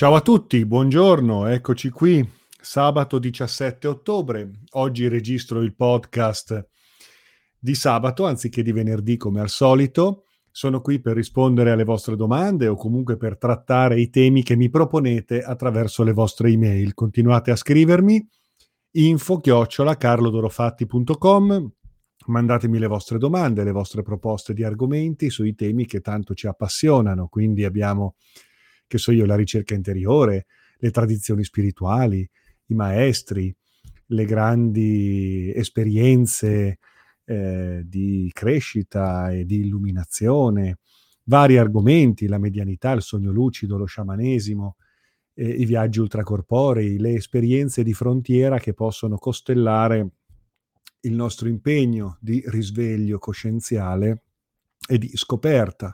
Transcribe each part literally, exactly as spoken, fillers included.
Ciao a tutti, buongiorno, eccoci qui, sabato diciassette ottobre. Oggi registro il podcast di sabato anziché di venerdì come al solito. Sono qui per rispondere alle vostre domande o comunque per trattare i temi che mi proponete attraverso le vostre email. Continuate a scrivermi info chiocciola carlodorofatti punto com. Mandatemi le vostre domande, le vostre proposte di argomenti sui temi che tanto ci appassionano. Quindi abbiamo, che so io, la ricerca interiore, le tradizioni spirituali, i maestri, le grandi esperienze eh, di crescita e di illuminazione, vari argomenti, la medianità, il sogno lucido, lo sciamanesimo, eh, i viaggi ultracorporei, le esperienze di frontiera che possono costellare il nostro impegno di risveglio coscienziale e di scoperta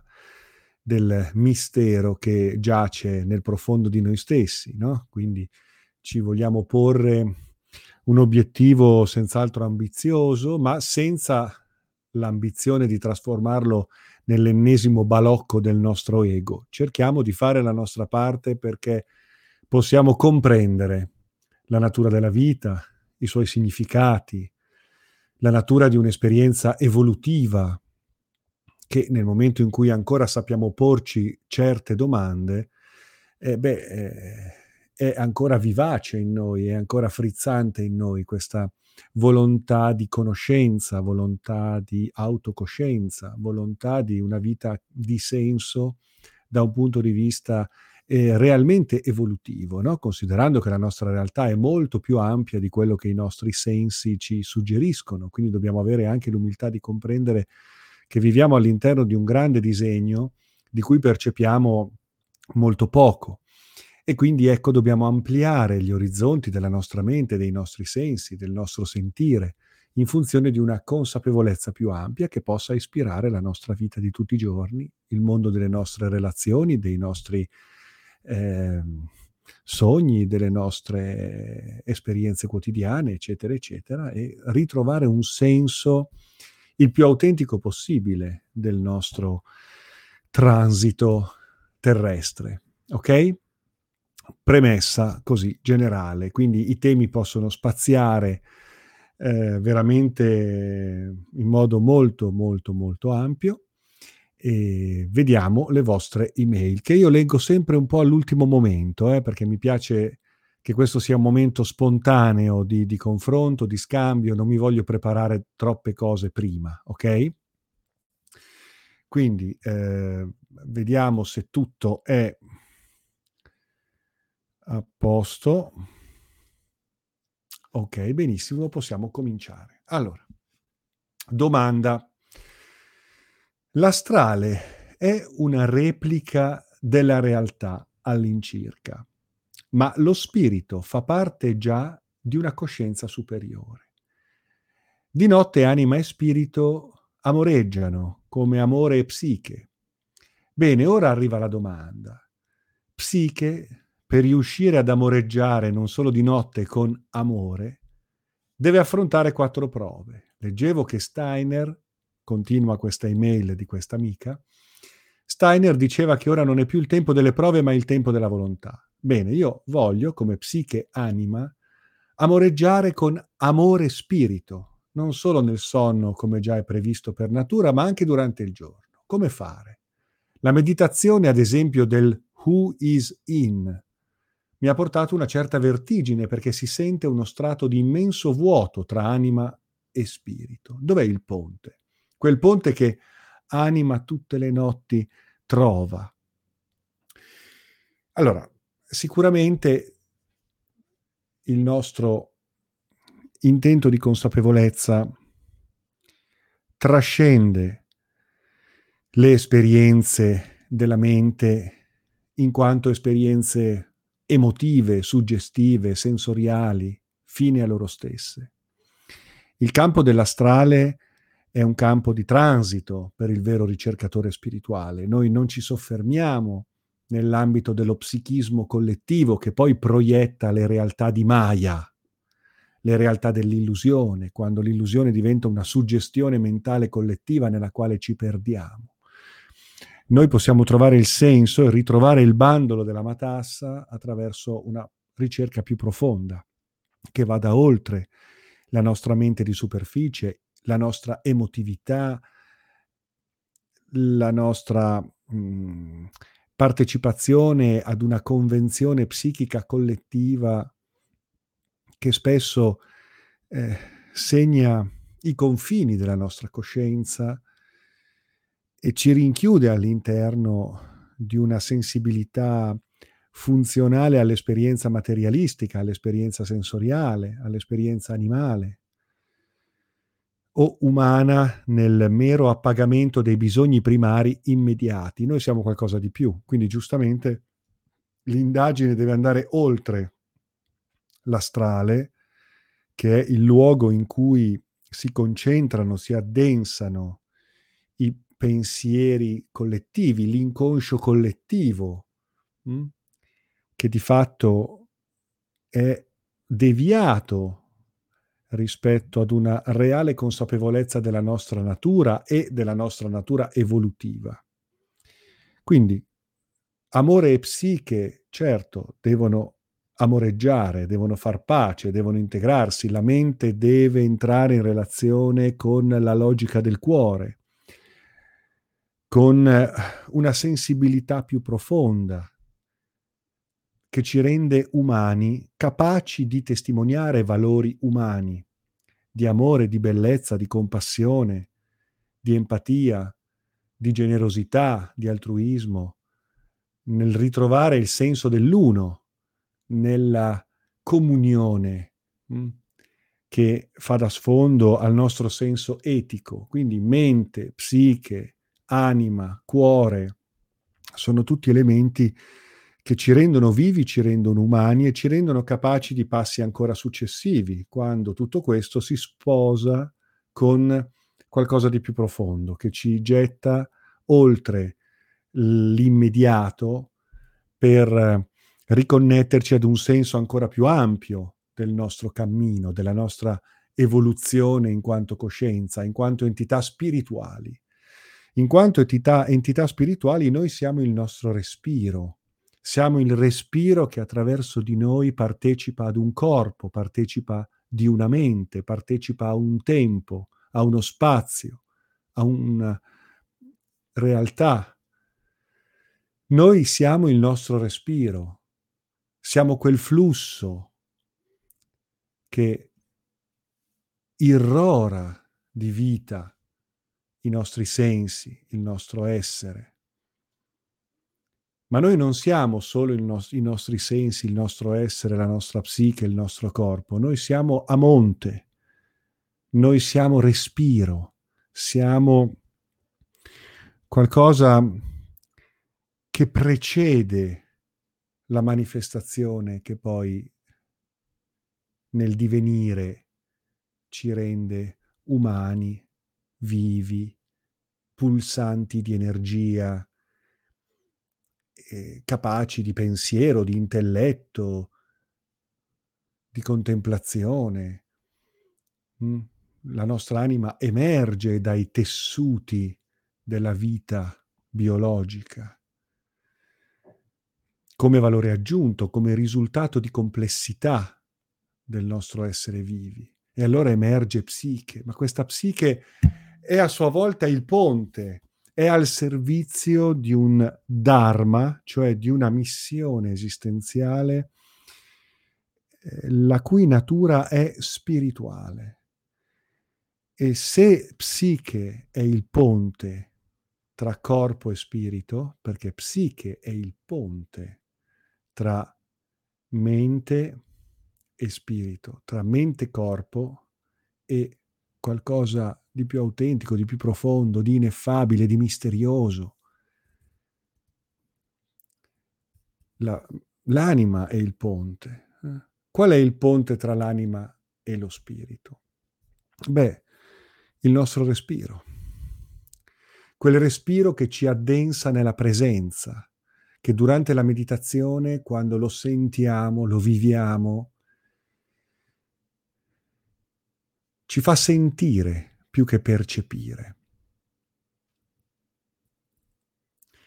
del mistero che giace nel profondo di noi stessi, no? Quindi ci vogliamo porre un obiettivo senz'altro ambizioso, ma senza l'ambizione di trasformarlo nell'ennesimo balocco del nostro ego. Cerchiamo di fare la nostra parte perché possiamo comprendere la natura della vita, i suoi significati, la natura di un'esperienza evolutiva che nel momento in cui ancora sappiamo porci certe domande, eh, beh, eh, è ancora vivace in noi, è ancora frizzante in noi questa volontà di conoscenza, volontà di autocoscienza, volontà di una vita di senso da un punto di vista eh, realmente evolutivo, no? Considerando che la nostra realtà è molto più ampia di quello che i nostri sensi ci suggeriscono, quindi dobbiamo avere anche l'umiltà di comprendere che viviamo all'interno di un grande disegno di cui percepiamo molto poco. E quindi ecco, dobbiamo ampliare gli orizzonti della nostra mente, dei nostri sensi, del nostro sentire, in funzione di una consapevolezza più ampia che possa ispirare la nostra vita di tutti i giorni, il mondo delle nostre relazioni, dei nostri eh, sogni, delle nostre esperienze quotidiane, eccetera, eccetera, e ritrovare un senso il più autentico possibile del nostro transito terrestre, ok? Premessa così generale, quindi i temi possono spaziare eh, veramente in modo molto molto molto ampio e vediamo le vostre email che io leggo sempre un po' all'ultimo momento eh, perché mi piace che questo sia un momento spontaneo di, di confronto, di scambio, non mi voglio preparare troppe cose prima, ok? Quindi eh, vediamo se tutto è a posto. Ok, benissimo, possiamo cominciare. Allora, domanda. L'astrale è una replica della realtà all'incirca, ma lo spirito fa parte già di una coscienza superiore. Di notte anima e spirito amoreggiano come amore e psiche. Bene, ora arriva la domanda. Psiche, per riuscire ad amoreggiare non solo di notte con amore, deve affrontare quattro prove. Leggevo che Steiner, continua questa email di questa amica, Steiner diceva che ora non è più il tempo delle prove ma il tempo della volontà. Bene, io voglio, come psiche anima, amoreggiare con amore spirito, non solo nel sonno come già è previsto per natura, ma anche durante il giorno. Come fare? La meditazione, ad esempio, del Who is in mi ha portato una certa vertigine perché si sente uno strato di immenso vuoto tra anima e spirito. Dov'è il ponte? Quel ponte che anima tutte le notti trova. Allora, sicuramente il nostro intento di consapevolezza trascende le esperienze della mente in quanto esperienze emotive, suggestive, sensoriali, fini a loro stesse. Il campo dell'astrale è un campo di transito per il vero ricercatore spirituale. Noi non ci soffermiamo nell'ambito dello psichismo collettivo che poi proietta le realtà di Maya, le realtà dell'illusione, quando l'illusione diventa una suggestione mentale collettiva nella quale ci perdiamo. Noi possiamo trovare il senso e ritrovare il bandolo della matassa attraverso una ricerca più profonda, che vada oltre la nostra mente di superficie, la nostra emotività, la nostra mh, partecipazione ad una convenzione psichica collettiva che spesso eh, segna i confini della nostra coscienza e ci rinchiude all'interno di una sensibilità funzionale all'esperienza materialistica, all'esperienza sensoriale, all'esperienza animale o umana nel mero appagamento dei bisogni primari immediati. Noi siamo qualcosa di più, quindi giustamente l'indagine deve andare oltre l'astrale, che è il luogo in cui si concentrano, si addensano i pensieri collettivi, l'inconscio collettivo, mh? Che di fatto è deviato rispetto ad una reale consapevolezza della nostra natura e della nostra natura evolutiva. Quindi amore e psiche, certo, devono amoreggiare, devono far pace, devono integrarsi, la mente deve entrare in relazione con la logica del cuore, con una sensibilità più profonda che ci rende umani, capaci di testimoniare valori umani, di amore, di bellezza, di compassione, di empatia, di generosità, di altruismo, nel ritrovare il senso dell'uno, nella comunione mh, che fa da sfondo al nostro senso etico. Quindi mente, psiche, anima, cuore, sono tutti elementi che ci rendono vivi, ci rendono umani e ci rendono capaci di passi ancora successivi, quando tutto questo si sposa con qualcosa di più profondo, che ci getta oltre l'immediato per riconnetterci ad un senso ancora più ampio del nostro cammino, della nostra evoluzione in quanto coscienza, in quanto entità spirituali. In quanto entità, entità spirituali noi siamo il nostro respiro, siamo il respiro che attraverso di noi partecipa ad un corpo, partecipa di una mente, partecipa a un tempo, a uno spazio, a una realtà. Noi siamo il nostro respiro, siamo quel flusso che irrora di vita i nostri sensi, il nostro essere. Ma noi non siamo solo il nos- i nostri sensi, il nostro essere, la nostra psiche, il nostro corpo. Noi siamo a monte, noi siamo respiro, siamo qualcosa che precede la manifestazione che poi nel divenire ci rende umani, vivi, pulsanti di energia, eh, capaci di pensiero, di intelletto, di contemplazione. Mm? La nostra anima emerge dai tessuti della vita biologica come valore aggiunto, come risultato di complessità del nostro essere vivi. E allora emerge psiche, ma questa psiche è a sua volta il ponte, è al servizio di un dharma, cioè di una missione esistenziale, eh, la cui natura è spirituale. E se psiche è il ponte tra corpo e spirito, perché psiche è il ponte tra mente e spirito, tra mente e corpo e qualcosa di più autentico, di più profondo, di ineffabile, di misterioso. La, l'anima è il ponte. Eh? Qual è il ponte tra l'anima e lo spirito? Beh, il nostro respiro. Quel respiro che ci addensa nella presenza, che durante la meditazione, quando lo sentiamo, lo viviamo, ci fa sentire più che percepire.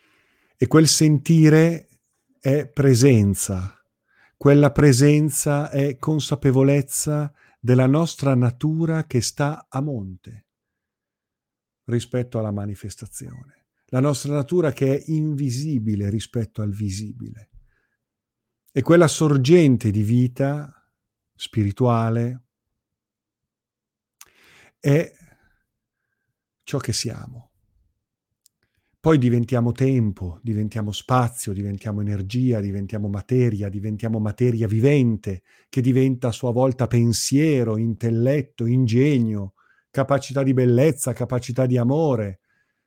E quel sentire è presenza. Quella presenza è consapevolezza della nostra natura che sta a monte rispetto alla manifestazione. La nostra natura che è invisibile rispetto al visibile. E quella sorgente di vita spirituale è ciò che siamo. Poi diventiamo tempo, diventiamo spazio, diventiamo energia, diventiamo materia, diventiamo materia vivente, che diventa a sua volta pensiero, intelletto, ingegno, capacità di bellezza, capacità di amore.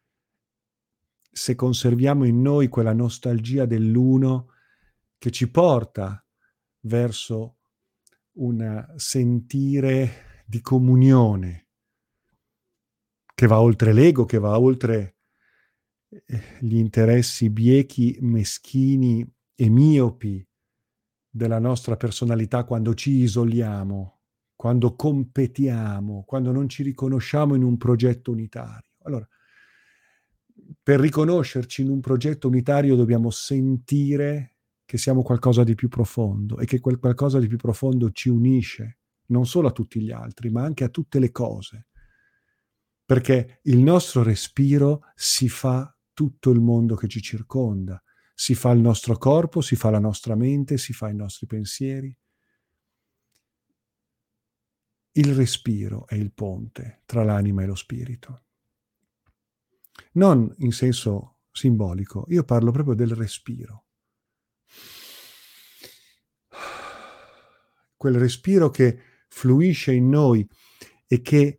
Se conserviamo in noi quella nostalgia dell'uno che ci porta verso un sentire di comunione, che va oltre l'ego, che va oltre gli interessi biechi, meschini e miopi della nostra personalità quando ci isoliamo, quando competiamo, quando non ci riconosciamo in un progetto unitario. Allora, per riconoscerci in un progetto unitario dobbiamo sentire che siamo qualcosa di più profondo e che quel qualcosa di più profondo ci unisce, non solo a tutti gli altri, ma anche a tutte le cose. Perché il nostro respiro si fa tutto il mondo che ci circonda, si fa il nostro corpo, si fa la nostra mente, si fa i nostri pensieri. Il respiro è il ponte tra l'anima e lo spirito. Non in senso simbolico, io parlo proprio del respiro. Quel respiro che fluisce in noi e che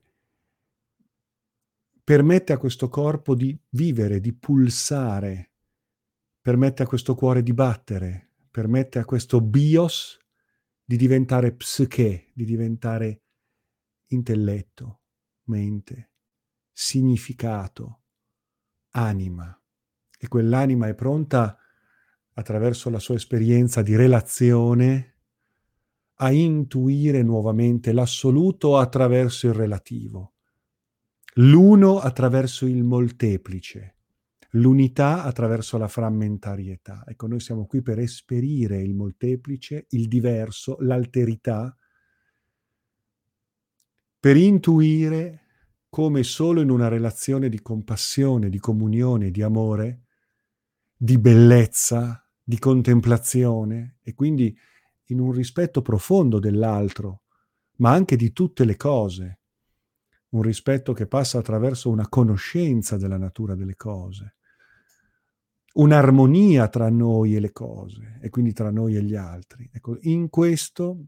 permette a questo corpo di vivere, di pulsare, permette a questo cuore di battere, permette a questo bios di diventare psiche, di diventare intelletto, mente, significato, anima. E quell'anima è pronta, attraverso la sua esperienza di relazione, a intuire nuovamente l'assoluto attraverso il relativo, l'uno attraverso il molteplice, l'unità attraverso la frammentarietà. Ecco, noi siamo qui per esperire il molteplice, il diverso, l'alterità, per intuire come solo in una relazione di compassione, di comunione, di amore, di bellezza, di contemplazione e quindi in un rispetto profondo dell'altro, ma anche di tutte le cose, un rispetto che passa attraverso una conoscenza della natura delle cose, un'armonia tra noi e le cose e quindi tra noi e gli altri. Ecco, in questo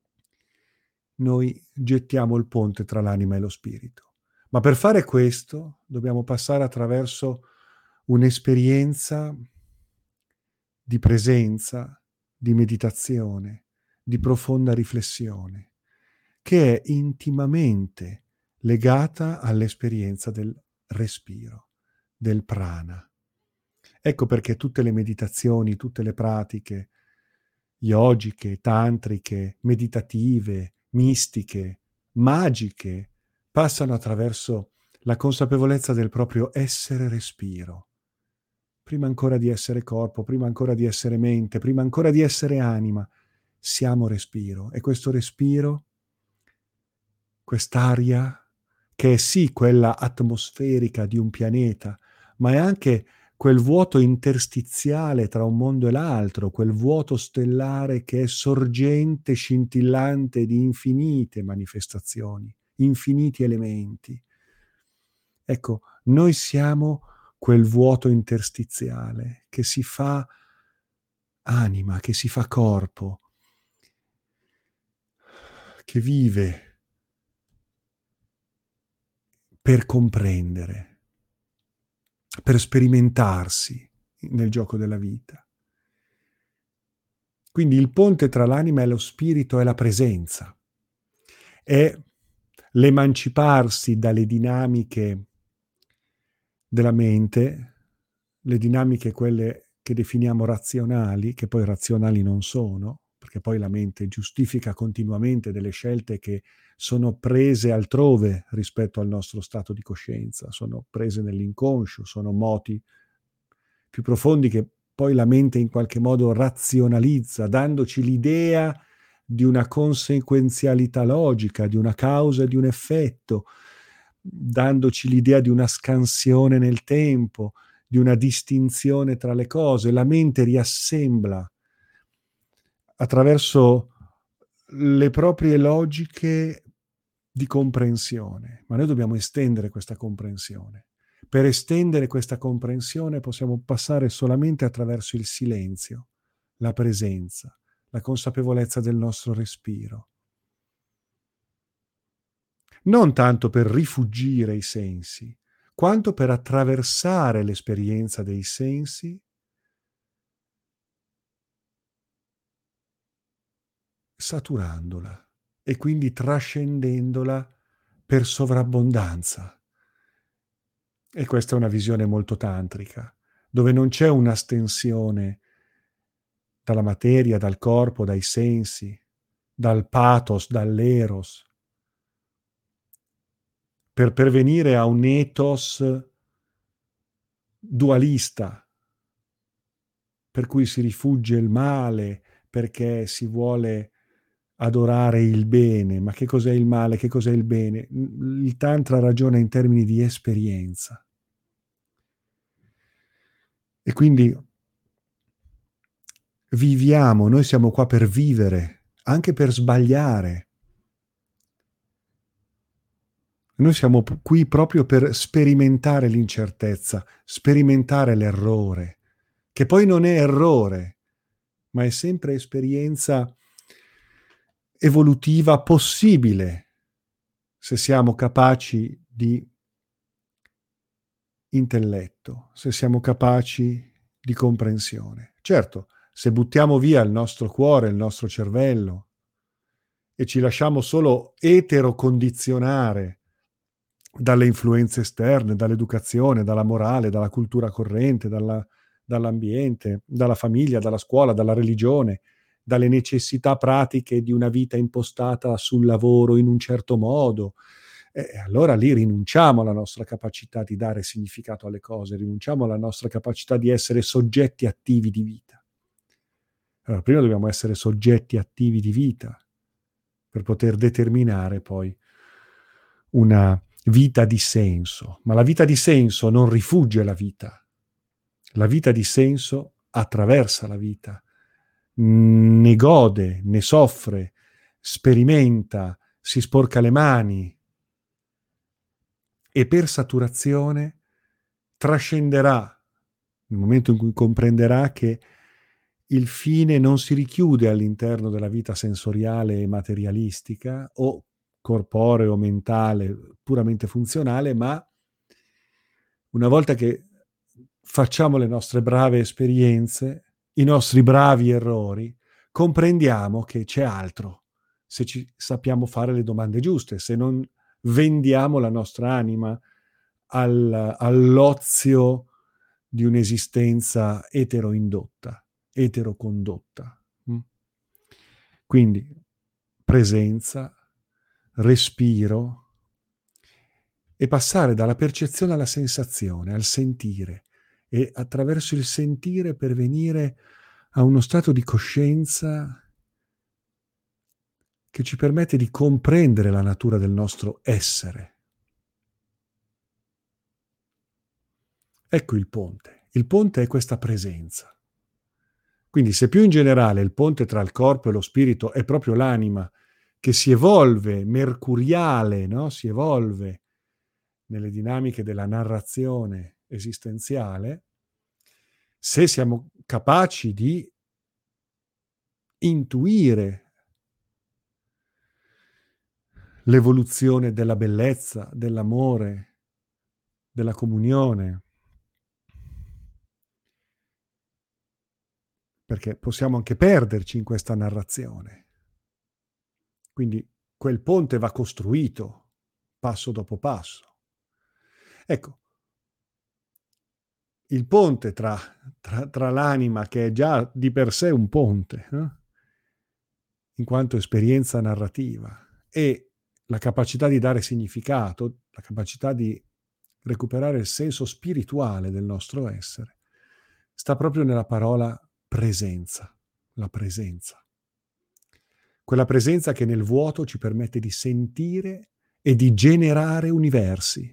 noi gettiamo il ponte tra l'anima e lo spirito. Ma per fare questo dobbiamo passare attraverso un'esperienza di presenza, di meditazione, di profonda riflessione, che è intimamente legata all'esperienza del respiro, del prana. Ecco perché tutte le meditazioni, tutte le pratiche yogiche, tantriche, meditative, mistiche, magiche, passano attraverso la consapevolezza del proprio essere respiro. Prima ancora di essere corpo, prima ancora di essere mente, prima ancora di essere anima, siamo respiro. E questo respiro, quest'aria, che è sì quella atmosferica di un pianeta, ma è anche quel vuoto interstiziale tra un mondo e l'altro, quel vuoto stellare che è sorgente, scintillante di infinite manifestazioni, infiniti elementi. Ecco, noi siamo quel vuoto interstiziale che si fa anima, che si fa corpo, che vive per comprendere, per sperimentarsi nel gioco della vita. Quindi il ponte tra l'anima e lo spirito è la presenza, è l'emanciparsi dalle dinamiche della mente, le dinamiche quelle che definiamo razionali, che poi razionali non sono, perché poi la mente giustifica continuamente delle scelte che sono prese altrove rispetto al nostro stato di coscienza, sono prese nell'inconscio, sono moti più profondi che poi la mente in qualche modo razionalizza, dandoci l'idea di una conseguenzialità logica, di una causa e di un effetto, dandoci l'idea di una scansione nel tempo, di una distinzione tra le cose. La mente riassembla attraverso le proprie logiche di comprensione, ma noi dobbiamo estendere questa comprensione. Per estendere questa comprensione possiamo passare solamente attraverso il silenzio, la presenza, la consapevolezza del nostro respiro. Non tanto per rifuggire i sensi, quanto per attraversare l'esperienza dei sensi saturandola e quindi trascendendola per sovrabbondanza. E questa è una visione molto tantrica, dove non c'è un'astensione dalla materia, dal corpo, dai sensi, dal pathos, dall'eros, per pervenire a un ethos dualista, per cui si rifugge il male perché si vuole adorare il bene. Ma che cos'è il male? Che cos'è il bene? Il Tantra ragiona in termini di esperienza. E quindi viviamo, noi siamo qua per vivere, anche per sbagliare. Noi siamo p- qui proprio per sperimentare l'incertezza, sperimentare l'errore, che poi non è errore, ma è sempre esperienza evolutiva possibile, se siamo capaci di intelletto, se siamo capaci di comprensione. Certo, se buttiamo via il nostro cuore, il nostro cervello e ci lasciamo solo eterocondizionare dalle influenze esterne, dall'educazione, dalla morale, dalla cultura corrente, dalla, dall'ambiente, dalla famiglia, dalla scuola, dalla religione, dalle necessità pratiche di una vita impostata sul lavoro in un certo modo, eh, allora lì rinunciamo alla nostra capacità di dare significato alle cose, rinunciamo alla nostra capacità di essere soggetti attivi di vita. Allora, prima dobbiamo essere soggetti attivi di vita per poter determinare poi una vita di senso. Ma la vita di senso non rifugge la vita. La vita di senso attraversa la vita, ne gode, ne soffre, sperimenta, si sporca le mani e per saturazione trascenderà nel momento in cui comprenderà che il fine non si richiude all'interno della vita sensoriale e materialistica o corporeo, mentale, puramente funzionale, ma una volta che facciamo le nostre brave esperienze, i nostri bravi errori, comprendiamo che c'è altro, se ci sappiamo fare le domande giuste, se non vendiamo la nostra anima al, all'ozio di un'esistenza eteroindotta, eterocondotta. Mm? Quindi presenza, respiro e passare dalla percezione alla sensazione, al sentire, e attraverso il sentire pervenire a uno stato di coscienza che ci permette di comprendere la natura del nostro essere. Ecco il ponte. Il ponte è questa presenza. Quindi se più in generale il ponte tra il corpo e lo spirito è proprio l'anima che si evolve, mercuriale, no? Si evolve nelle dinamiche della narrazione esistenziale, se siamo capaci di intuire l'evoluzione della bellezza, dell'amore, della comunione, perché possiamo anche perderci in questa narrazione. Quindi quel ponte va costruito passo dopo passo. Ecco, il ponte tra, tra, tra l'anima, che è già di per sé un ponte, eh? in quanto esperienza narrativa, e la capacità di dare significato, la capacità di recuperare il senso spirituale del nostro essere, sta proprio nella parola presenza, la presenza. Quella presenza che nel vuoto ci permette di sentire e di generare universi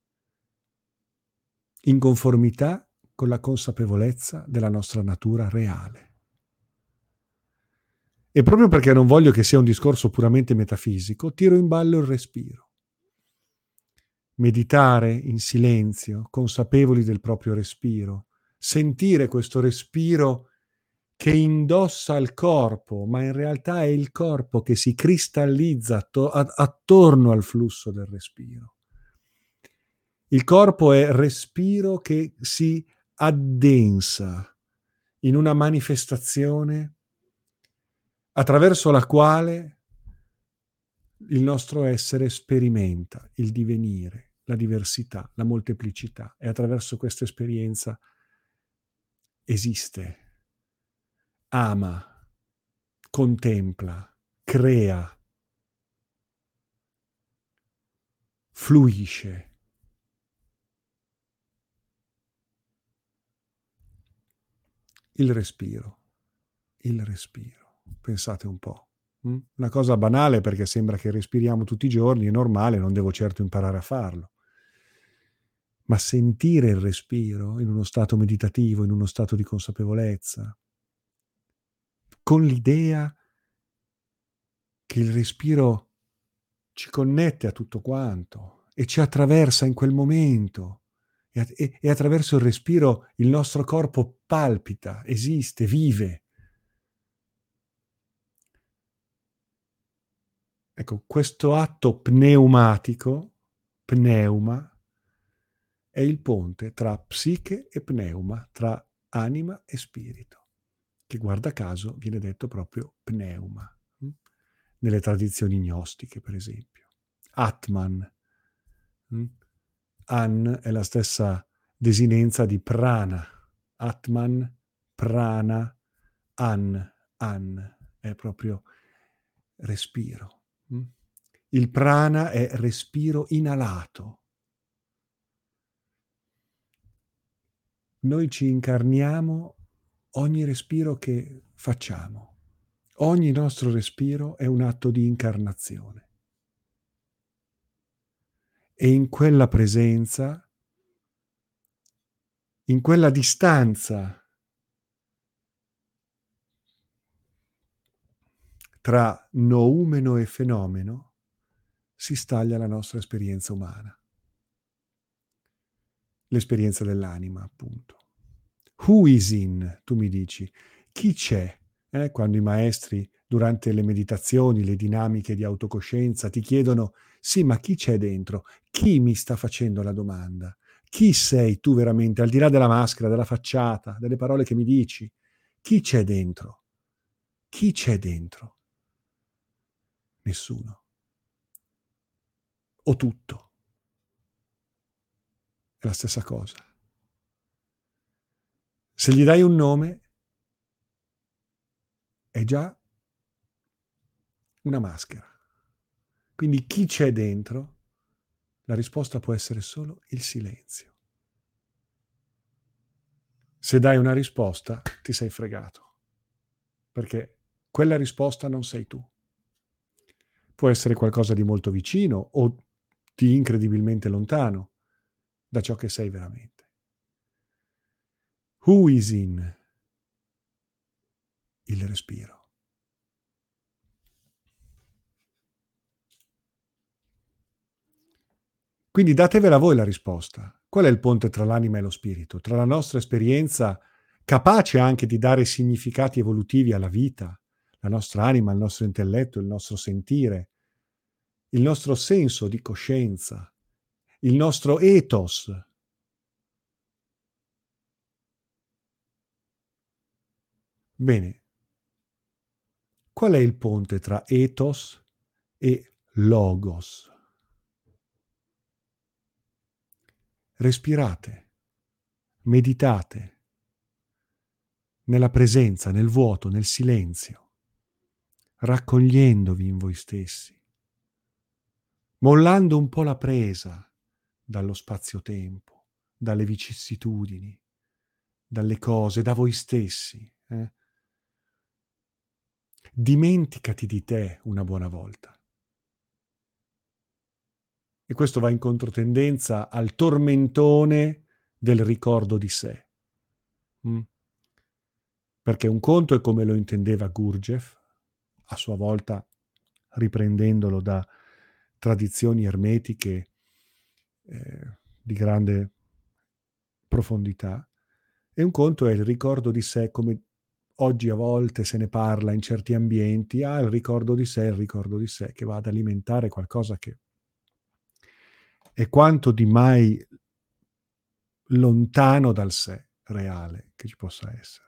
in conformità con la consapevolezza della nostra natura reale. E proprio perché non voglio che sia un discorso puramente metafisico, tiro in ballo il respiro. Meditare in silenzio, consapevoli del proprio respiro, sentire questo respiro che indossa il corpo, ma in realtà è il corpo che si cristallizza atto- attorno al flusso del respiro. Il corpo è respiro che si addensa in una manifestazione attraverso la quale il nostro essere sperimenta il divenire, la diversità, la molteplicità, e attraverso questa esperienza esiste, ama, contempla, crea, fluisce. Il respiro, il respiro. Pensate un po'. Mm? Una cosa banale, perché sembra che respiriamo tutti i giorni, è normale, non devo certo imparare a farlo. Ma sentire il respiro in uno stato meditativo, in uno stato di consapevolezza, con l'idea che il respiro ci connette a tutto quanto e ci attraversa in quel momento, e, e, e attraverso il respiro il nostro corpo palpita, esiste, vive. Ecco, questo atto pneumatico, pneuma, è il ponte tra psiche e pneuma, tra anima e spirito, che guarda caso viene detto proprio pneuma, hm? Nelle tradizioni gnostiche, per esempio. Atman. Hm? An è la stessa desinenza di prana. Atman, prana, an, an, è proprio respiro. Hm? Il prana è respiro inalato. Noi ci incarniamo ogni respiro che facciamo. Ogni nostro respiro è un atto di incarnazione. E in quella presenza, in quella distanza tra noumeno e fenomeno, si staglia la nostra esperienza umana. L'esperienza dell'anima, appunto. Who is in, tu mi dici, chi c'è? Eh, quando i maestri, durante le meditazioni, le dinamiche di autocoscienza, ti chiedono, sì, ma chi c'è dentro? Chi mi sta facendo la domanda? Chi sei tu veramente, al di là della maschera, della facciata, delle parole che mi dici? Chi c'è dentro? Chi c'è dentro? Nessuno. O tutto. È la stessa cosa. Se gli dai un nome, è già una maschera. Quindi chi c'è dentro? La risposta può essere solo il silenzio. Se dai una risposta, ti sei fregato, perché quella risposta non sei tu. Può essere qualcosa di molto vicino o di incredibilmente lontano da ciò che sei veramente. Who is in? Il respiro. Quindi datevela voi la risposta. Qual è il ponte tra l'anima e lo spirito? Tra la nostra esperienza, capace anche di dare significati evolutivi alla vita, la nostra anima, il nostro intelletto, il nostro sentire, il nostro senso di coscienza, il nostro ethos. Bene, qual è il ponte tra ethos e logos? Respirate, meditate nella presenza, nel vuoto, nel silenzio, raccogliendovi in voi stessi, mollando un po' la presa dallo spazio-tempo, dalle vicissitudini, dalle cose, da voi stessi. Eh? Dimenticati di te una buona volta. E questo va in controtendenza al tormentone del ricordo di sé. Mm? Perché un conto è come lo intendeva Gurdjieff, a sua volta riprendendolo da tradizioni ermetiche eh, di grande profondità, e un conto è il ricordo di sé come oggi a volte se ne parla in certi ambienti, ah, il ricordo di sé, il ricordo di sé, che va ad alimentare qualcosa che è quanto di mai lontano dal sé reale che ci possa essere.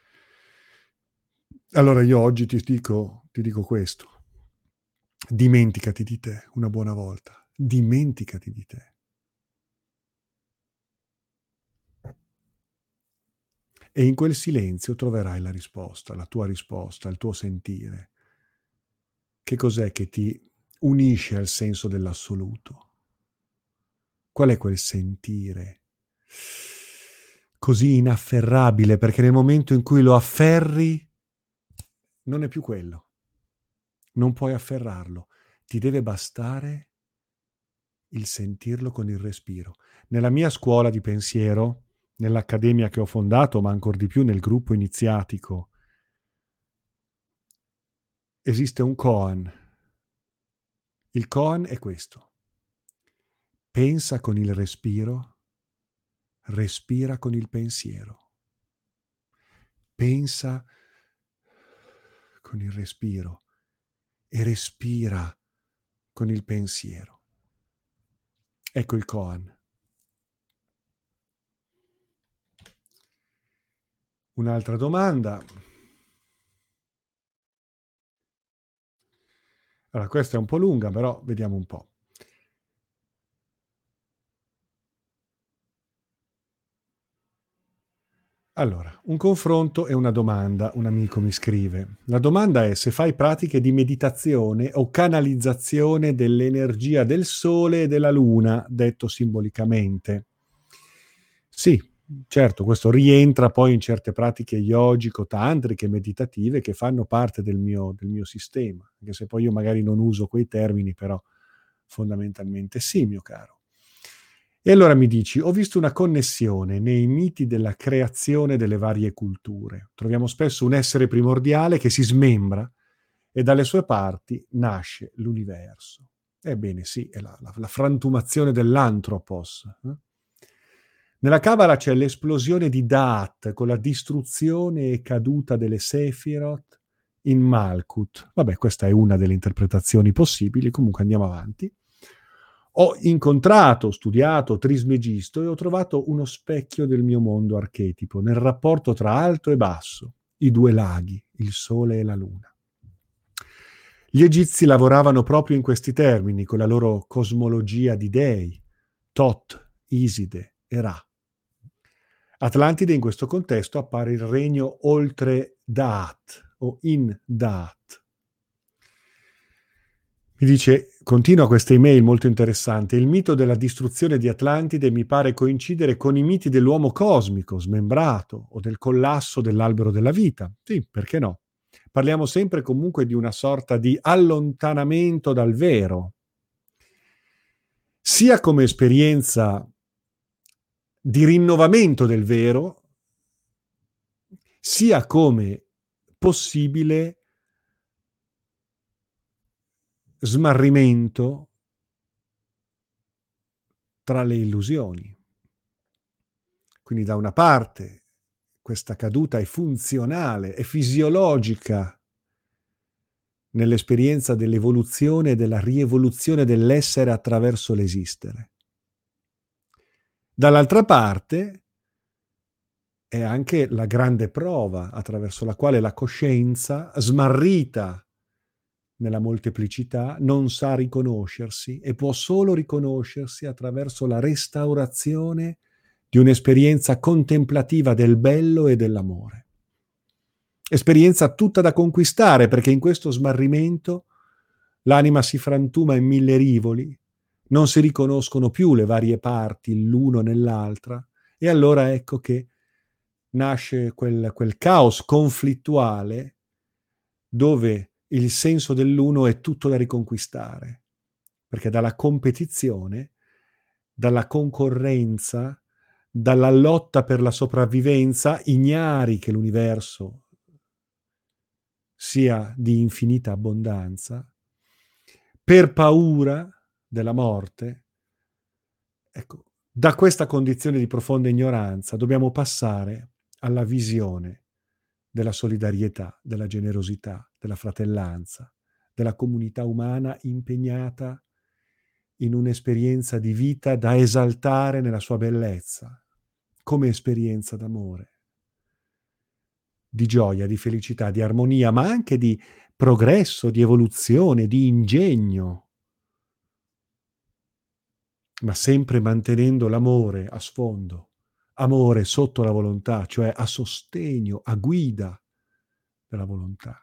Allora io oggi ti dico, ti dico questo: dimenticati di te una buona volta, dimenticati di te. E in quel silenzio troverai la risposta, la tua risposta, il tuo sentire. Che cos'è che ti unisce al senso dell'assoluto? Qual è quel sentire così inafferrabile, perché nel momento in cui lo afferri non è più quello. Non puoi afferrarlo. Ti deve bastare il sentirlo con il respiro. Nella mia scuola di pensiero, nell'accademia che ho fondato, ma ancor di più nel gruppo iniziatico, esiste un koan. Il koan è questo: pensa con il respiro, respira con il pensiero. Pensa con il respiro e respira con il pensiero. Ecco il koan. Un'altra domanda. Allora, questa è un po' lunga, però vediamo un po'. Allora, un confronto e una domanda, un amico mi scrive. La domanda è se fai pratiche di meditazione o canalizzazione dell'energia del sole e della luna, detto simbolicamente. Sì, certo, questo rientra poi in certe pratiche yogico-tantriche, meditative, che fanno parte del mio, del mio sistema, anche se poi io magari non uso quei termini, però fondamentalmente sì, mio caro. E allora mi dici, ho visto una connessione nei miti della creazione delle varie culture. Troviamo spesso un essere primordiale che si smembra e dalle sue parti nasce l'universo. Ebbene sì, è la, la, la frantumazione dell'antropos. Eh? Nella Kabbalah c'è l'esplosione di Da'at con la distruzione e caduta delle Sefirot in Malkut. Vabbè, questa è una delle interpretazioni possibili, comunque andiamo avanti. Ho incontrato, studiato Trismegisto e ho trovato uno specchio del mio mondo archetipo, nel rapporto tra alto e basso, i due laghi, il sole e la luna. Gli egizi lavoravano proprio in questi termini, con la loro cosmologia di dei, Tot, Iside e Ra. Atlantide in questo contesto appare il regno oltre Da'at o in Da'at. Mi dice, continua questa email molto interessante, il mito della distruzione di Atlantide mi pare coincidere con i miti dell'uomo cosmico, smembrato, o del collasso dell'albero della vita. Sì, perché no? Parliamo sempre comunque di una sorta di allontanamento dal vero, sia come esperienza di rinnovamento del vero, sia come possibile smarrimento tra le illusioni. Quindi da una parte questa caduta è funzionale, è fisiologica nell'esperienza dell'evoluzione e della rievoluzione dell'essere attraverso l'esistere. Dall'altra parte è anche la grande prova attraverso la quale la coscienza, smarrita nella molteplicità, non sa riconoscersi e può solo riconoscersi attraverso la restaurazione di un'esperienza contemplativa del bello e dell'amore. Esperienza tutta da conquistare, perché in questo smarrimento l'anima si frantuma in mille rivoli, non si riconoscono più le varie parti l'uno nell'altra, e allora ecco che nasce quel, quel caos conflittuale dove il senso dell'uno è tutto da riconquistare, perché dalla competizione, dalla concorrenza, dalla lotta per la sopravvivenza, ignari che l'universo sia di infinita abbondanza, per paura della morte. Ecco, da questa condizione di profonda ignoranza dobbiamo passare alla visione della solidarietà, della generosità, della fratellanza, della comunità umana impegnata in un'esperienza di vita da esaltare nella sua bellezza, come esperienza d'amore, di gioia, di felicità, di armonia, ma anche di progresso, di evoluzione, di ingegno, ma sempre mantenendo l'amore a sfondo, amore sotto la volontà, cioè a sostegno, a guida della volontà.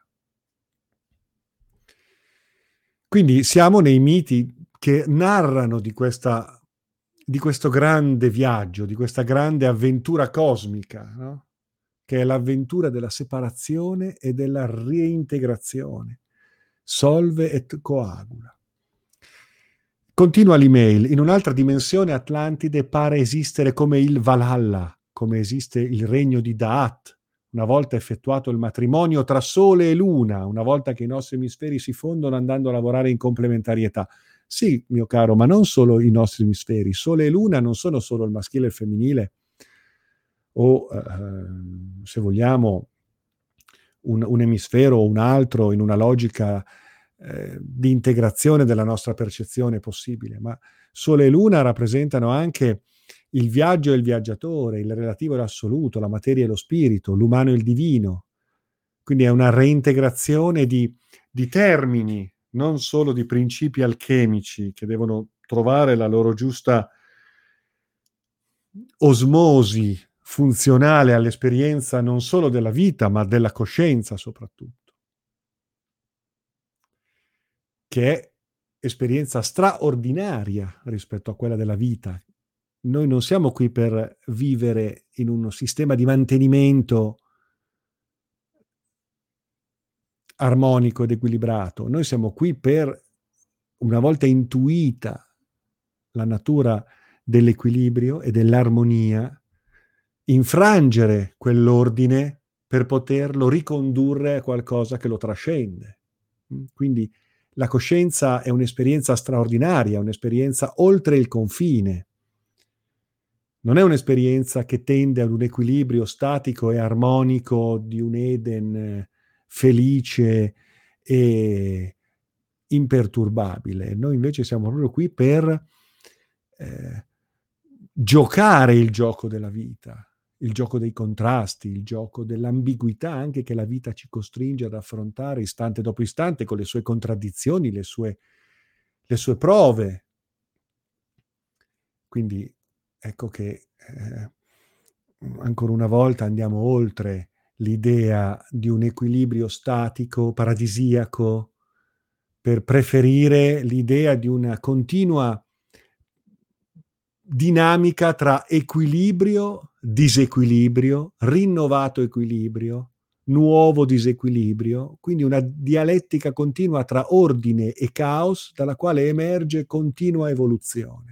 Quindi siamo nei miti che narrano di questa, di questo grande viaggio, di questa grande avventura cosmica, no? Che è l'avventura della separazione e della reintegrazione. Solve et coagula. Continua l'email. In un'altra dimensione Atlantide pare esistere come il Valhalla, come esiste il regno di Da'at, una volta effettuato il matrimonio tra Sole e Luna, una volta che i nostri emisferi si fondono andando a lavorare in complementarietà. Sì, mio caro, ma non solo i nostri emisferi. Sole e Luna non sono solo il maschile e il femminile, o eh, se vogliamo un, un emisfero o un altro in una logica eh, di integrazione della nostra percezione possibile, ma Sole e Luna rappresentano anche il viaggio e il viaggiatore, il relativo e l'assoluto, la materia e lo spirito, l'umano e il divino. Quindi è una reintegrazione di, di termini, non solo di principi alchemici che devono trovare la loro giusta osmosi funzionale all'esperienza non solo della vita, ma della coscienza soprattutto, che è esperienza straordinaria rispetto a quella della vita. Noi non siamo qui per vivere in un sistema di mantenimento armonico ed equilibrato. Noi siamo qui per, una volta intuita la natura dell'equilibrio e dell'armonia, infrangere quell'ordine per poterlo ricondurre a qualcosa che lo trascende. Quindi la coscienza è un'esperienza straordinaria, un'esperienza oltre il confine. Non è un'esperienza che tende ad un equilibrio statico e armonico di un Eden felice e imperturbabile. Noi invece siamo proprio qui per eh, giocare il gioco della vita, il gioco dei contrasti, il gioco dell'ambiguità anche che la vita ci costringe ad affrontare istante dopo istante con le sue contraddizioni, le sue, le sue prove. Quindi ecco che eh, ancora una volta andiamo oltre l'idea di un equilibrio statico, paradisiaco, per preferire l'idea di una continua dinamica tra equilibrio, disequilibrio, rinnovato equilibrio, nuovo disequilibrio, quindi una dialettica continua tra ordine e caos dalla quale emerge continua evoluzione.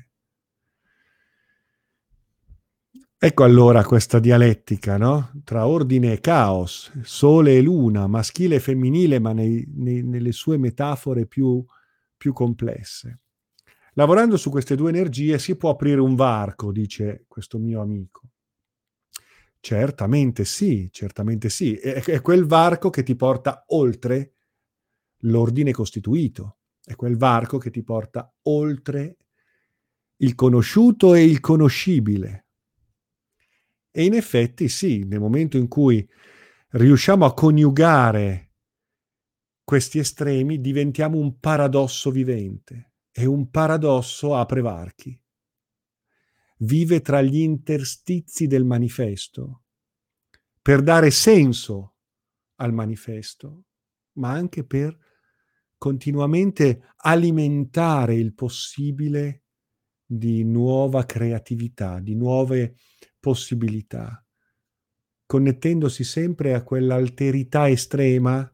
Ecco allora questa dialettica, no? Tra ordine e caos, sole e luna, maschile e femminile, ma nei, nei, nelle sue metafore più, più complesse. Lavorando su queste due energie si può aprire un varco, dice questo mio amico. Certamente sì, certamente sì. È, è quel varco che ti porta oltre l'ordine costituito. È quel varco che ti porta oltre il conosciuto e il conoscibile. E in effetti sì, nel momento in cui riusciamo a coniugare questi estremi, diventiamo un paradosso vivente. E un paradosso apre varchi. Vive tra gli interstizi del manifesto per dare senso al manifesto, ma anche per continuamente alimentare il possibile di nuova creatività, di nuove possibilità. connettendosi sempre a quell'alterità estrema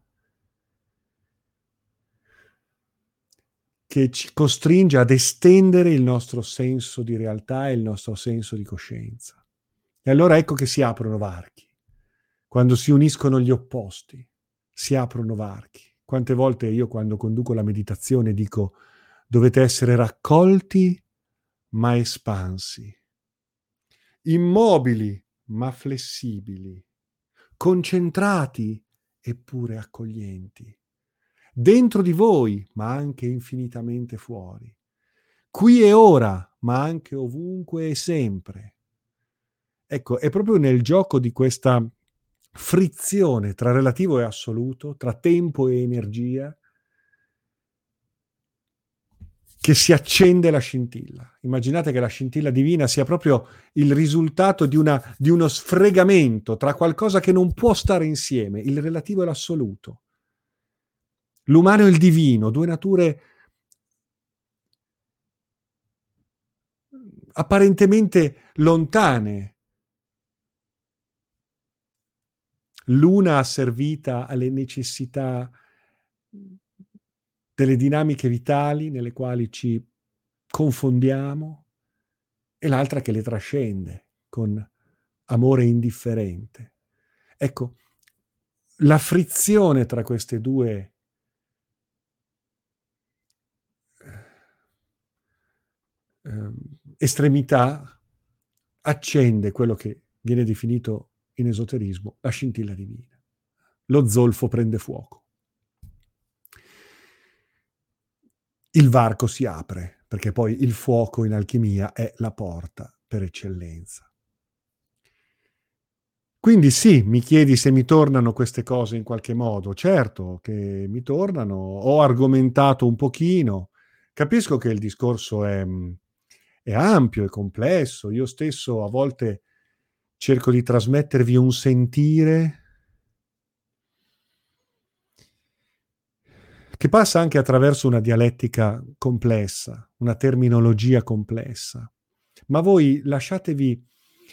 che ci costringe ad estendere il nostro senso di realtà e il nostro senso di coscienza. E allora ecco che si aprono varchi. Quando si uniscono gli opposti, si aprono varchi. Quante volte io, quando conduco la meditazione, dico: dovete essere raccolti ma espansi, immobili ma flessibili, concentrati eppure accoglienti, dentro di voi ma anche infinitamente fuori, qui e ora ma anche ovunque e sempre. Ecco, è proprio nel gioco di questa frizione tra relativo e assoluto, tra tempo e energia, che si accende la scintilla. Immaginate che la scintilla divina sia proprio il risultato di, una, di uno sfregamento tra qualcosa che non può stare insieme, il relativo e l'assoluto. L'umano e il divino, due nature apparentemente lontane, l'una asservita alle necessità delle dinamiche vitali nelle quali ci confondiamo, e l'altra che le trascende con amore indifferente. Ecco, la frizione tra queste due eh, estremità accende quello che viene definito in esoterismo la scintilla divina. Lo zolfo prende fuoco. Il varco si apre, perché poi il fuoco in alchimia è la porta per eccellenza. Quindi sì, mi chiedi se mi tornano queste cose in qualche modo. Certo che mi tornano, ho argomentato un pochino, capisco che il discorso è, è ampio, è complesso, io stesso a volte cerco di trasmettervi un sentire che passa anche attraverso una dialettica complessa, una terminologia complessa. Ma voi lasciatevi,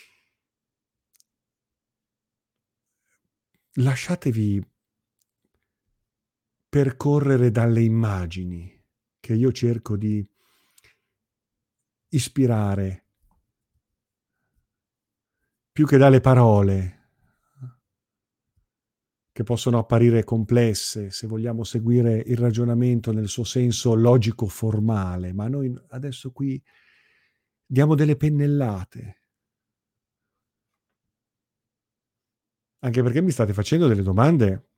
lasciatevi percorrere dalle immagini che io cerco di ispirare, più che dalle parole, che possono apparire complesse se vogliamo seguire il ragionamento nel suo senso logico-formale, ma noi adesso qui diamo delle pennellate. Anche perché mi state facendo delle domande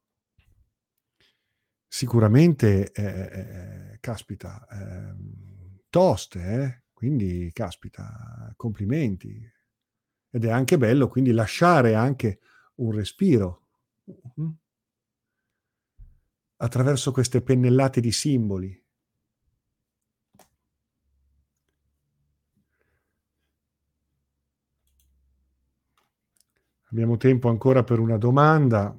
sicuramente, eh, eh, caspita, eh, toste, eh? Quindi, caspita, complimenti. Ed è anche bello quindi lasciare anche un respiro mm, attraverso queste pennellate di simboli. Abbiamo tempo ancora per una domanda.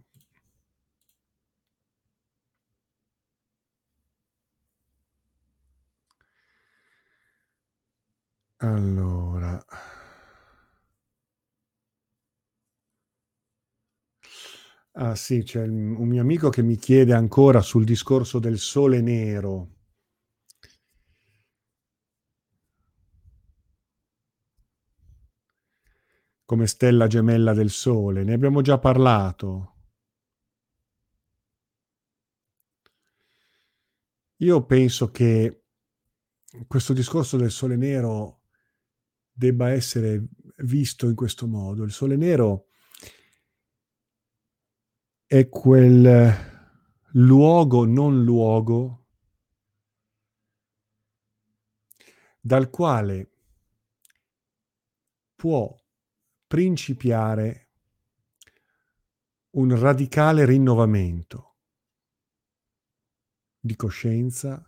Allora. Ah sì, c'è un mio amico che mi chiede ancora sul discorso del sole nero. Come stella gemella del sole. Ne abbiamo già parlato. Io penso che questo discorso del sole nero debba essere visto in questo modo. Il sole nero è quel luogo non luogo dal quale può principiare un radicale rinnovamento di coscienza,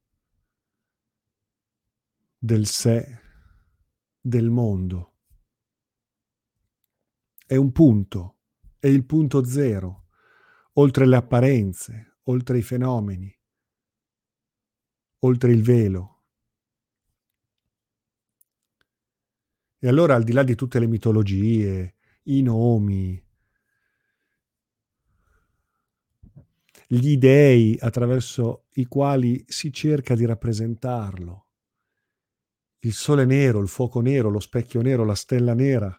del sé, del mondo. È un punto, è il punto zero, oltre le apparenze, oltre i fenomeni, oltre il velo. E allora, al di là di tutte le mitologie, i nomi, gli dei attraverso i quali si cerca di rappresentarlo. Il sole nero, il fuoco nero, lo specchio nero, la stella nera,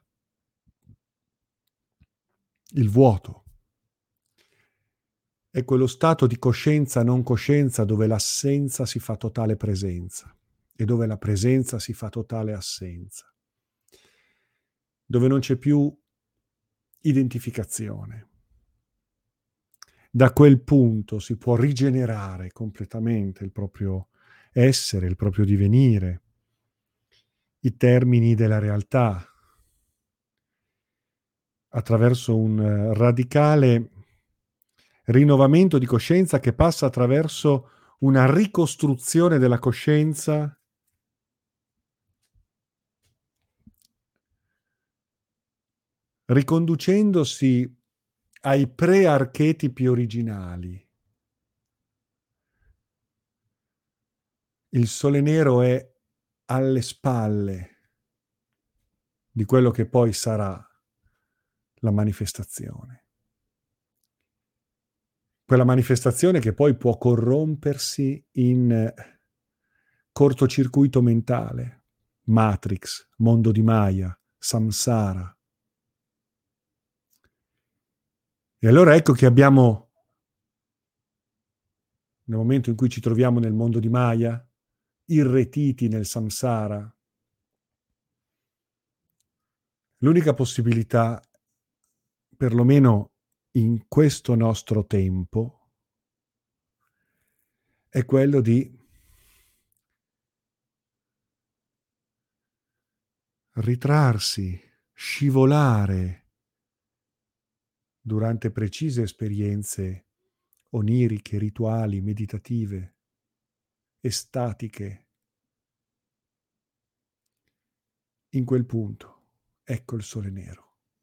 il vuoto. È quello stato di coscienza non coscienza dove l'assenza si fa totale presenza e dove la presenza si fa totale assenza, dove non c'è più identificazione. Da quel punto si può rigenerare completamente il proprio essere, il proprio divenire, i termini della realtà, attraverso un radicale rinnovamento di coscienza che passa attraverso una ricostruzione della coscienza riconducendosi ai pre-archetipi originali. Il sole nero è alle spalle di quello che poi sarà la manifestazione. Quella manifestazione che poi può corrompersi in cortocircuito mentale, Matrix, mondo di Maya, samsara. E allora ecco che abbiamo, nel momento in cui ci troviamo nel mondo di Maya, irretiti nel samsara, l'unica possibilità, perlomeno in questo nostro tempo, è quello di ritrarsi, scivolare durante precise esperienze oniriche, rituali, meditative, estatiche. In quel punto, ecco il sole nero.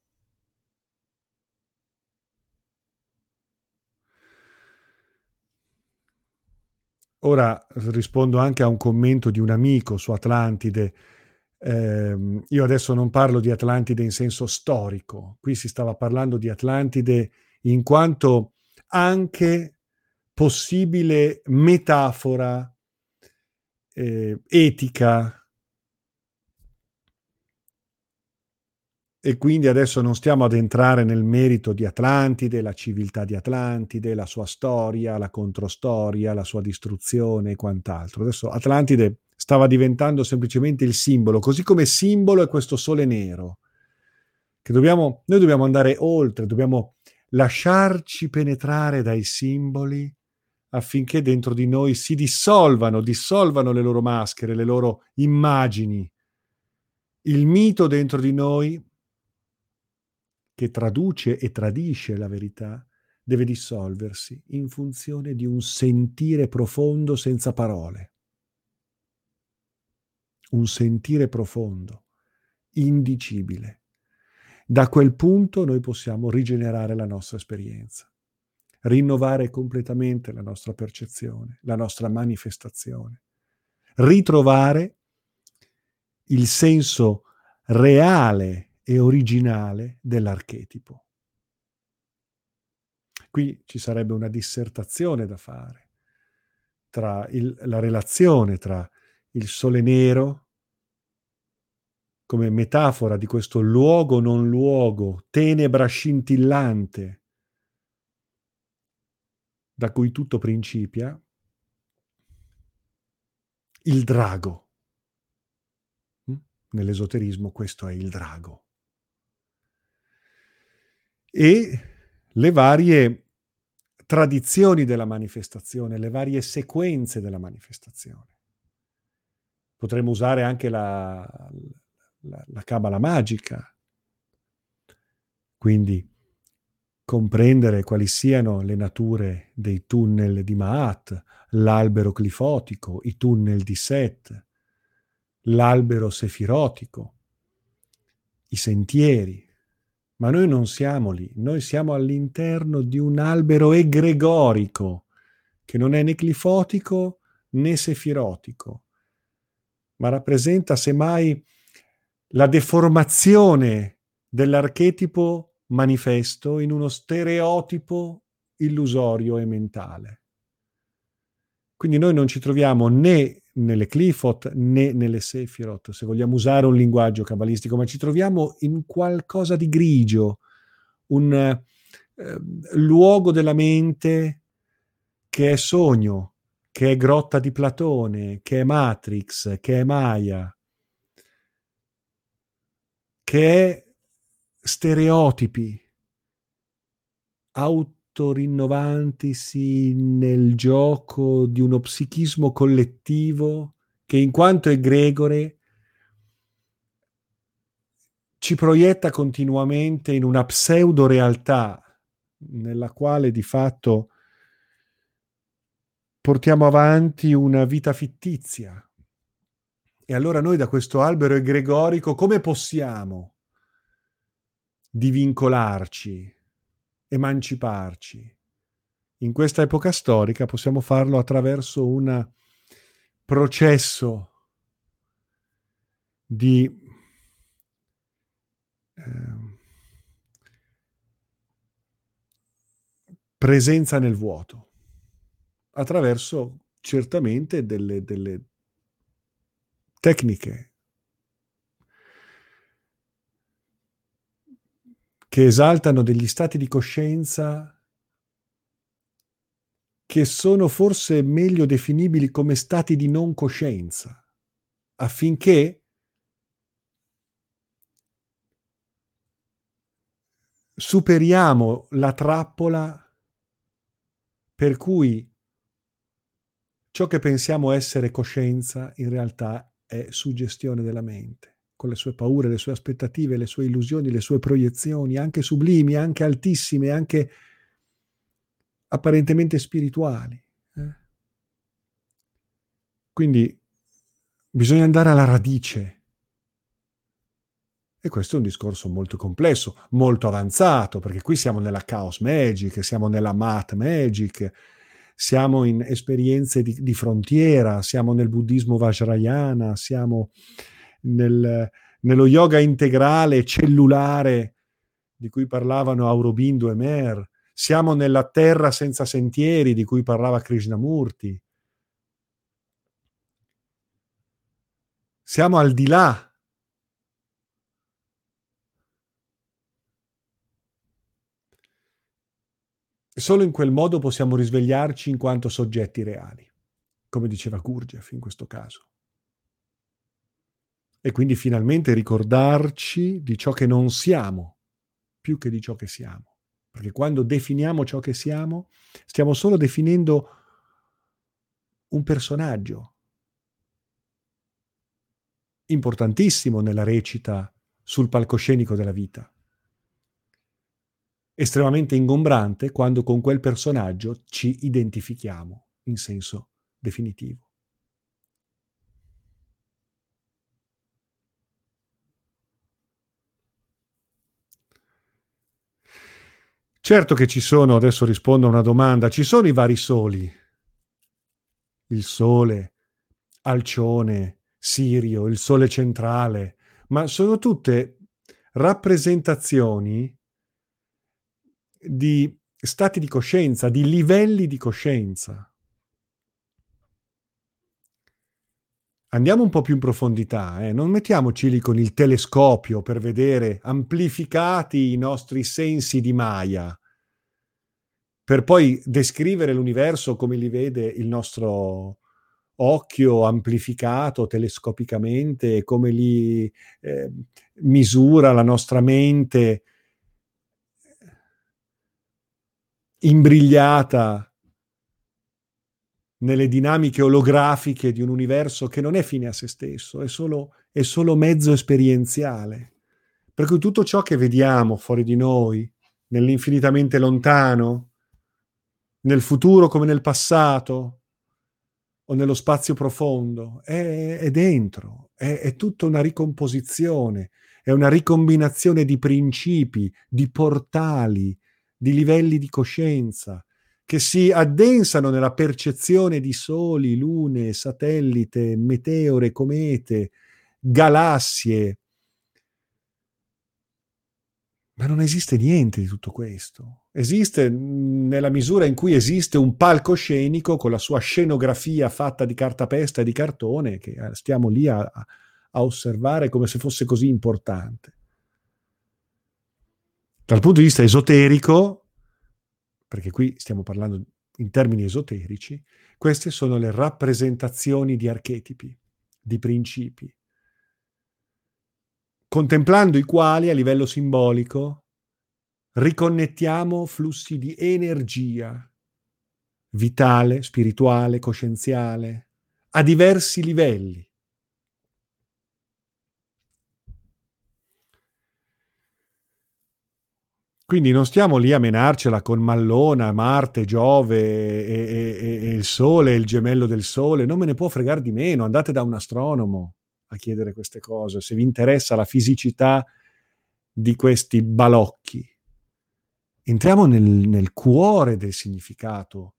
Ora rispondo anche a un commento di un amico su Atlantide. Eh, io adesso non parlo di Atlantide in senso storico, qui si stava parlando di Atlantide in quanto anche possibile metafora eh, etica. E quindi adesso non stiamo ad entrare nel merito di Atlantide, la civiltà di Atlantide, la sua storia, la controstoria, la sua distruzione e quant'altro. Adesso Atlantide stava diventando semplicemente il simbolo, così come simbolo è questo sole nero, che dobbiamo, noi dobbiamo andare oltre, dobbiamo lasciarci penetrare dai simboli affinché dentro di noi si dissolvano, dissolvano le loro maschere, le loro immagini. Il mito dentro di noi, che traduce e tradisce la verità, deve dissolversi in funzione di un sentire profondo senza parole. Un sentire profondo, indicibile. Da quel punto noi possiamo rigenerare la nostra esperienza, rinnovare completamente la nostra percezione, la nostra manifestazione, ritrovare il senso reale e originale dell'archetipo. Qui ci sarebbe una dissertazione da fare tra il, la relazione tra il sole nero come metafora di questo luogo non luogo, tenebra scintillante da cui tutto principia, il drago. Nell'esoterismo questo è il drago. E le varie tradizioni della manifestazione, le varie sequenze della manifestazione. Potremmo usare anche la, la, la cabala magica, quindi comprendere quali siano le nature dei tunnel di Ma'at, l'albero clifotico, i tunnel di Set, l'albero sefirotico, i sentieri. Ma noi non siamo lì, noi siamo all'interno di un albero egregorico, che non è né clifotico né sefirotico, ma rappresenta semmai la deformazione dell'archetipo manifesto in uno stereotipo illusorio e mentale. Quindi noi non ci troviamo né nelle Qlīfot né nelle Sefirot, se vogliamo usare un linguaggio cabalistico, ma ci troviamo in qualcosa di grigio, un eh, luogo della mente che è sogno, che è grotta di Platone, che è Matrix, che è Maya, che è stereotipi autorinnovantisi nel gioco di uno psichismo collettivo che, in quanto egregore, ci proietta continuamente in una pseudo-realtà nella quale di fatto portiamo avanti una vita fittizia. E allora noi da questo albero egregorico come possiamo divincolarci, emanciparci? In questa epoca storica possiamo farlo attraverso un processo di eh, presenza nel vuoto, attraverso certamente delle, delle tecniche che esaltano degli stati di coscienza che sono forse meglio definibili come stati di non coscienza, affinché superiamo la trappola per cui ciò che pensiamo essere coscienza in realtà è suggestione della mente, con le sue paure, le sue aspettative, le sue illusioni, le sue proiezioni, anche sublimi, anche altissime, anche apparentemente spirituali. Eh? Quindi bisogna andare alla radice. E questo è un discorso molto complesso, molto avanzato, perché qui siamo nella Chaos Magic, siamo nella Math Magic, siamo in esperienze di, di frontiera, siamo nel buddismo vajrayana, siamo nel, nello yoga integrale cellulare di cui parlavano Aurobindo e Mer, siamo nella terra senza sentieri di cui parlava Krishnamurti. Siamo al di là. Solo in quel modo possiamo risvegliarci in quanto soggetti reali, come diceva Gurdjieff in questo caso. E quindi finalmente ricordarci di ciò che non siamo, più che di ciò che siamo. Perché quando definiamo ciò che siamo, stiamo solo definendo un personaggio importantissimo nella recita sul palcoscenico della vita. Estremamente ingombrante quando con quel personaggio ci identifichiamo in senso definitivo. Certo che ci sono, adesso rispondo a una domanda, ci sono i vari soli. Il sole, Alcione, Sirio, il sole centrale, ma sono tutte rappresentazioni di stati di coscienza, di livelli di coscienza. Andiamo un po' più in profondità, eh? Non mettiamoci lì con il telescopio per vedere amplificati i nostri sensi di Maya, per poi descrivere l'universo come li vede il nostro occhio amplificato telescopicamente, come li eh, misura la nostra mente imbrigliata nelle dinamiche olografiche di un universo che non è fine a se stesso, è solo, è solo mezzo esperienziale. Per cui tutto ciò che vediamo fuori di noi, nell'infinitamente lontano, nel futuro come nel passato, o nello spazio profondo, è, è dentro, è, è tutta una ricomposizione, è una ricombinazione di principi, di portali, di livelli di coscienza, che si addensano nella percezione di soli, lune, satellite, meteore, comete, galassie, Ma non esiste niente di tutto questo. Esiste mh, nella misura in cui esiste un palcoscenico con la sua scenografia fatta di cartapesta e di cartone che eh, stiamo lì a, a osservare come se fosse così importante. Dal punto di vista esoterico, perché qui stiamo parlando in termini esoterici, queste sono le rappresentazioni di archetipi, di principi, contemplando i quali a livello simbolico riconnettiamo flussi di energia vitale, spirituale, coscienziale, a diversi livelli. Quindi non stiamo lì a menarcela con Mallona, Marte, Giove e, e, e il Sole, il gemello del Sole, non me ne può fregare di meno, andate da un astronomo a chiedere queste cose, se vi interessa la fisicità di questi balocchi. Entriamo nel, nel cuore del significato.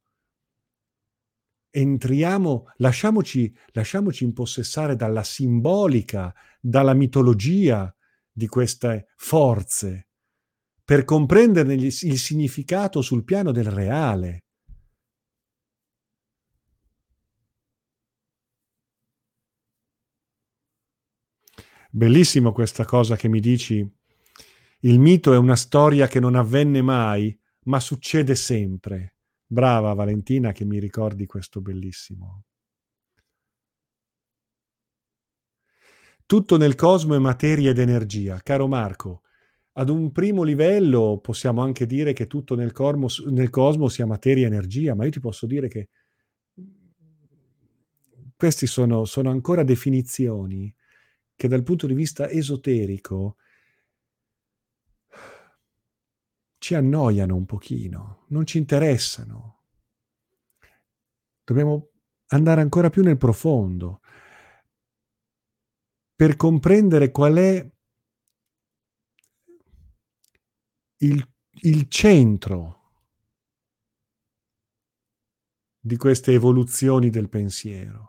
Entriamo, lasciamoci, lasciamoci impossessare dalla simbolica, dalla mitologia di queste forze, per comprenderne il, il significato sul piano del reale. Bellissimo questa cosa che mi dici. Il mito è una storia che non avvenne mai, ma succede sempre. Brava Valentina che mi ricordi questo bellissimo. Tutto nel cosmo è materia ed energia. Caro Marco, ad un primo livello possiamo anche dire che tutto nel, cormo, nel cosmo sia materia e energia, ma io ti posso dire che queste sono, sono ancora definizioni che dal punto di vista esoterico ci annoiano un pochino, non ci interessano. Dobbiamo andare ancora più nel profondo per comprendere qual è il, il centro di queste evoluzioni del pensiero.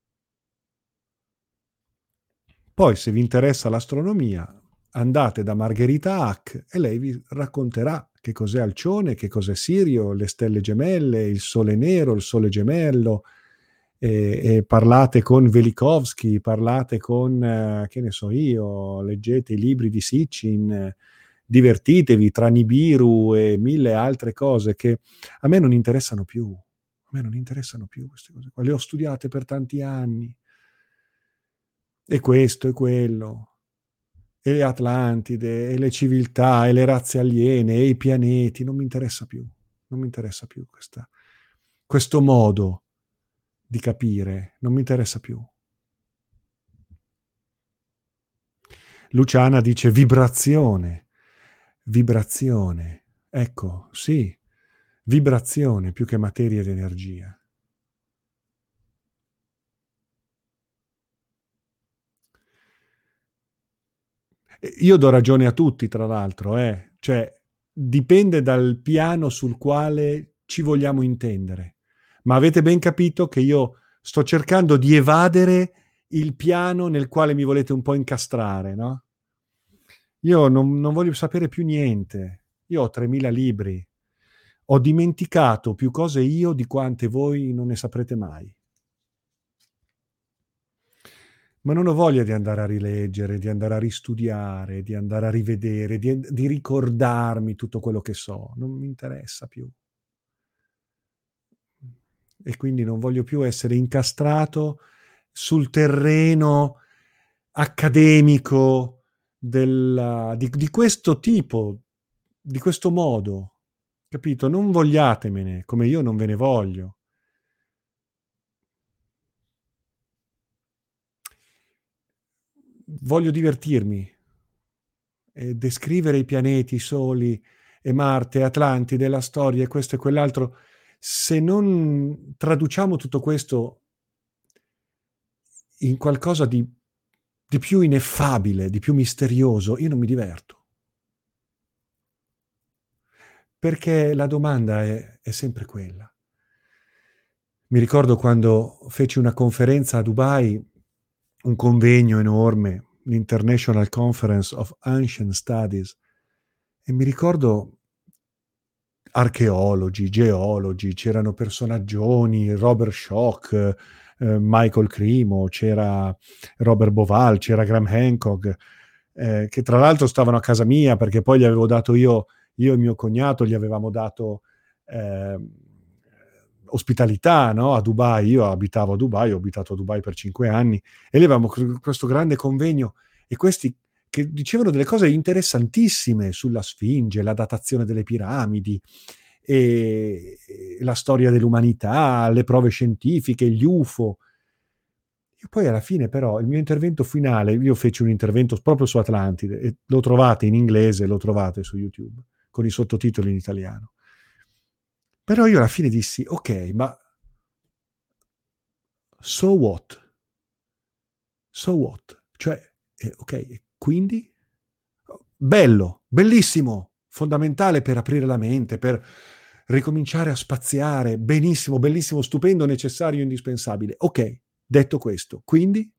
Poi, se vi interessa l'astronomia, andate da Margherita Hack e lei vi racconterà che cos'è Alcione, che cos'è Sirio, le stelle gemelle, il sole nero, il sole gemello, e, e parlate con Velikovsky, parlate con, eh, che ne so io, leggete i libri di Sitchin, eh, divertitevi tra Nibiru e mille altre cose che a me non interessano più. A me non interessano più queste cose qua. Le ho studiate per tanti anni. E questo e quello. E le Atlantide, e le civiltà, e le razze aliene, e i pianeti. Non mi interessa più. Non mi interessa più questa, questo modo di capire. Non mi interessa più. Luciana dice vibrazione. Vibrazione. Ecco, sì. Vibrazione più che materia ed energia. Io do ragione a tutti, tra l'altro, eh. Cioè, dipende dal piano sul quale ci vogliamo intendere. Ma avete ben capito che io sto cercando di evadere il piano nel quale mi volete un po' incastrare, no? Io non, non voglio sapere più niente. Io ho tremila libri. Ho dimenticato più cose io di quante voi non ne saprete mai. Ma non ho voglia di andare a rileggere, di andare a ristudiare, di andare a rivedere, di, di ricordarmi tutto quello che so. Non mi interessa più. E quindi non voglio più essere incastrato sul terreno accademico della, di, di questo tipo, di questo modo. Capito? Non vogliatemene, come io non ve ne voglio. Voglio divertirmi e descrivere i pianeti, i soli e Marte, Atlantide, la storia e questo e quell'altro. Se non traduciamo tutto questo in qualcosa di, di più ineffabile, di più misterioso, io non mi diverto. Perché la domanda è, è sempre quella. Mi ricordo quando feci una conferenza a Dubai, un convegno enorme, l'International Conference of Ancient Studies, E mi ricordo archeologi, geologi, c'erano personaggioni, Robert Schoch, eh, Michael Cremo, c'era Robert Bauval, c'era Graham Hancock, eh, che tra l'altro stavano a casa mia perché poi gli avevo dato io, io e mio cognato gli avevamo dato eh, ospitalità, no? A Dubai. Io abitavo a Dubai, ho abitato a Dubai per cinque anni e lì avevamo questo grande convegno e questi che dicevano delle cose interessantissime sulla Sfinge, la datazione delle piramidi, e, e la storia dell'umanità, le prove scientifiche, gli U F O. E poi alla fine però il mio intervento finale, io feci un intervento proprio su Atlantide, e lo trovate in inglese, lo trovate su YouTube, con i sottotitoli in italiano. Però io alla fine dissi, ok, ma so what? So what? Cioè, eh, ok, quindi? Bello, bellissimo, fondamentale per aprire la mente, per ricominciare a spaziare, benissimo, bellissimo, stupendo, necessario, indispensabile. Ok, detto questo, quindi?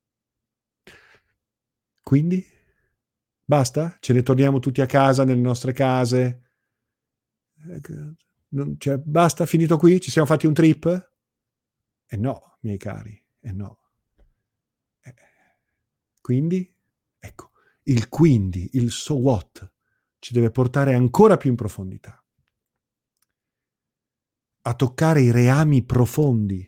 Quindi? Basta? Ce ne torniamo tutti a casa, nelle nostre case? Non, cioè, basta? Finito qui? Ci siamo fatti un trip? Eh no, miei cari, eh no. Eh, quindi? Ecco, il quindi, il so what, ci deve portare ancora più in profondità, a toccare i reami profondi.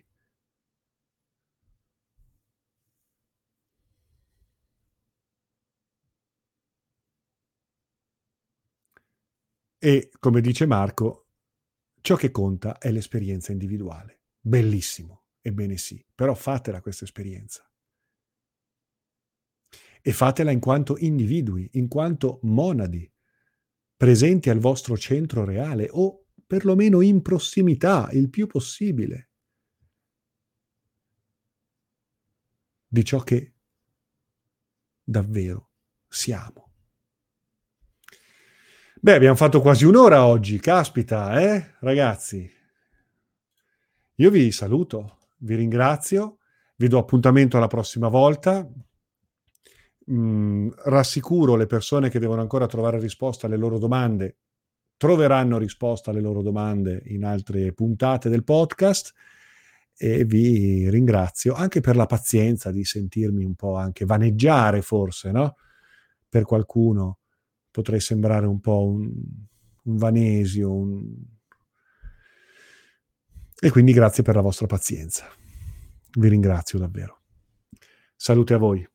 E, come dice Marco, ciò che conta è l'esperienza individuale. Bellissimo, ebbene sì, però fatela questa esperienza. E fatela in quanto individui, in quanto monadi, presenti al vostro centro reale o perlomeno in prossimità il più possibile di ciò che davvero siamo. Beh, abbiamo fatto quasi un'ora oggi, caspita, eh, ragazzi. Io vi saluto, vi ringrazio, vi do appuntamento alla prossima volta. Mm, rassicuro le persone che devono ancora trovare risposta alle loro domande, troveranno risposta alle loro domande in altre puntate del podcast e vi ringrazio anche per la pazienza di sentirmi un po' anche vaneggiare, forse, no? Per qualcuno potrei sembrare un po' un, un vanesio, un... e quindi grazie per la vostra pazienza. Vi ringrazio davvero. Salute a voi.